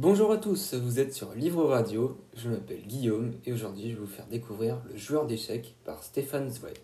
Bonjour à tous, vous êtes sur Livre Radio, je m'appelle Guillaume et aujourd'hui je vais vous faire découvrir Le joueur d'échecs par Stefan Zweig.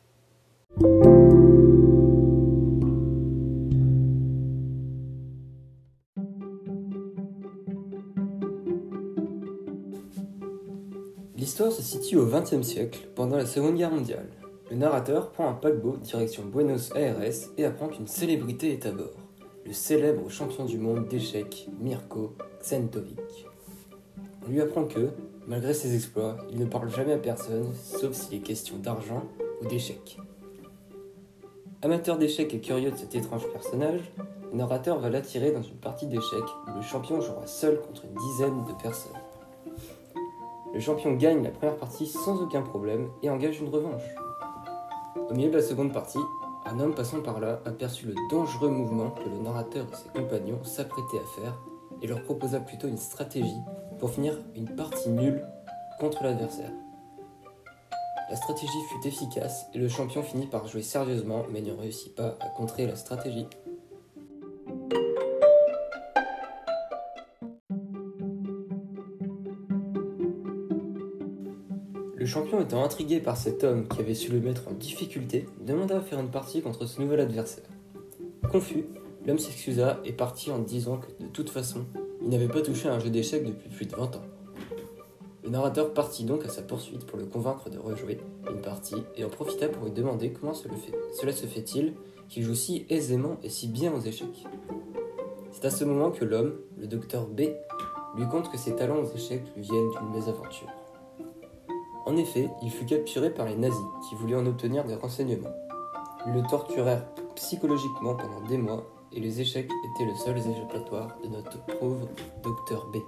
L'histoire se situe au XXe siècle, pendant la Seconde Guerre mondiale. Le narrateur prend un paquebot direction Buenos Aires et apprend qu'une célébrité est à bord, le célèbre champion du monde d'échecs Mirko Ksentović. On lui apprend que, malgré ses exploits, il ne parle jamais à personne, sauf s'il est question d'argent ou d'échecs. Amateur d'échecs et curieux de cet étrange personnage, le narrateur va l'attirer dans une partie d'échecs où le champion jouera seul contre une dizaine de personnes. Le champion gagne la première partie sans aucun problème et engage une revanche. Au milieu de la seconde partie, un homme passant par là aperçut le dangereux mouvement que le narrateur et ses compagnons s'apprêtaient à faire et leur proposa plutôt une stratégie pour finir une partie nulle contre l'adversaire. La stratégie fut efficace et le champion finit par jouer sérieusement mais ne réussit pas à contrer la stratégie. Le champion étant intrigué par cet homme qui avait su le mettre en difficulté, demanda à faire une partie contre ce nouvel adversaire. Confus, l'homme s'excusa et partit en disant que de toute façon, il n'avait pas touché à un jeu d'échecs depuis plus de 20 ans. Le narrateur partit donc à sa poursuite pour le convaincre de rejouer une partie et en profita pour lui demander comment cela se fait-il qu'il joue si aisément et si bien aux échecs. C'est à ce moment que l'homme, le docteur B, lui conte que ses talents aux échecs lui viennent d'une mésaventure. En effet, il fut capturé par les nazis qui voulaient en obtenir des renseignements. Ils le torturèrent psychologiquement pendant des mois et les échecs étaient le seul échappatoire de notre pauvre docteur B.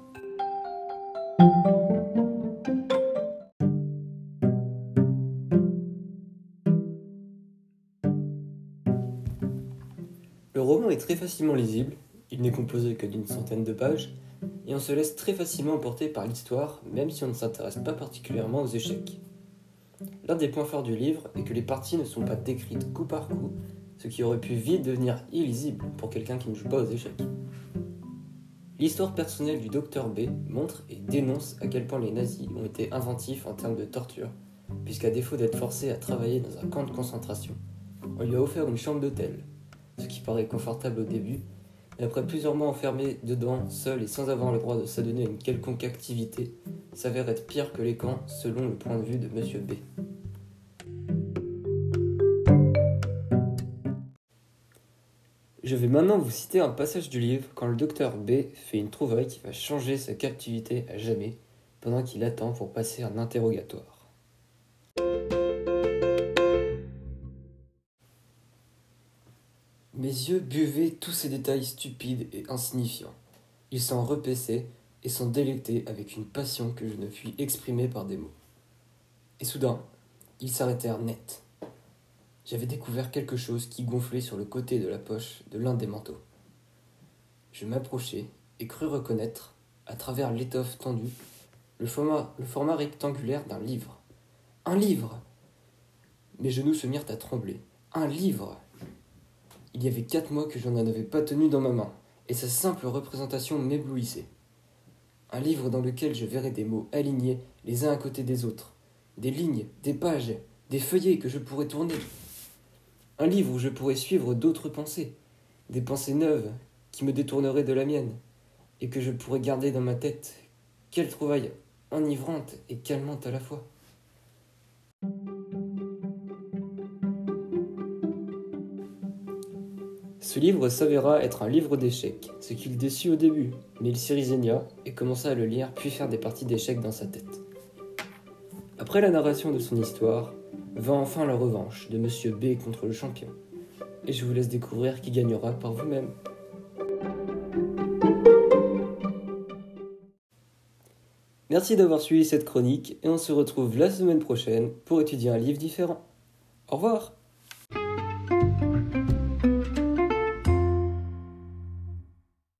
Le roman est très facilement lisible, il n'est composé que d'une centaine de pages, et on se laisse très facilement emporter par l'histoire, même si on ne s'intéresse pas particulièrement aux échecs. L'un des points forts du livre est que les parties ne sont pas décrites coup par coup, ce qui aurait pu vite devenir illisible pour quelqu'un qui ne joue pas aux échecs. L'histoire personnelle du Dr B montre et dénonce à quel point les nazis ont été inventifs en termes de torture, puisqu'à défaut d'être forcé à travailler dans un camp de concentration, on lui a offert une chambre d'hôtel, ce qui paraît confortable au début, mais après plusieurs mois enfermé dedans, seul et sans avoir le droit de s'adonner à une quelconque activité, s'avère être pire que les camps selon le point de vue de Monsieur B. Je vais maintenant vous citer un passage du livre quand le docteur B fait une trouvaille qui va changer sa captivité à jamais pendant qu'il attend pour passer un interrogatoire. Mes yeux buvaient tous ces détails stupides et insignifiants. Ils s'en repaissaient et s'en délectaient avec une passion que je ne puis exprimer par des mots. Et soudain, ils s'arrêtèrent net. J'avais découvert quelque chose qui gonflait sur le côté de la poche de l'un des manteaux. Je m'approchai et crus reconnaître, à travers l'étoffe tendue, le format rectangulaire d'un livre. Un livre! Mes genoux se mirent à trembler. Un livre! Il y avait 4 mois que je n'en avais pas tenu dans ma main, et sa simple représentation m'éblouissait. Un livre dans lequel je verrais des mots alignés les uns à côté des autres, des lignes, des pages, des feuillets que je pourrais tourner. Un livre où je pourrais suivre d'autres pensées, des pensées neuves qui me détourneraient de la mienne, et que je pourrais garder dans ma tête. Quelle trouvaille enivrante et calmante à la fois. Ce livre s'avéra être un livre d'échecs, ce qu'il déçut au début, mais il s'y résigna et commença à le lire puis faire des parties d'échecs dans sa tête. Après la narration de son histoire, vint enfin la revanche de Monsieur B contre le champion, et je vous laisse découvrir qui gagnera par vous-même. Merci d'avoir suivi cette chronique et on se retrouve la semaine prochaine pour étudier un livre différent. Au revoir!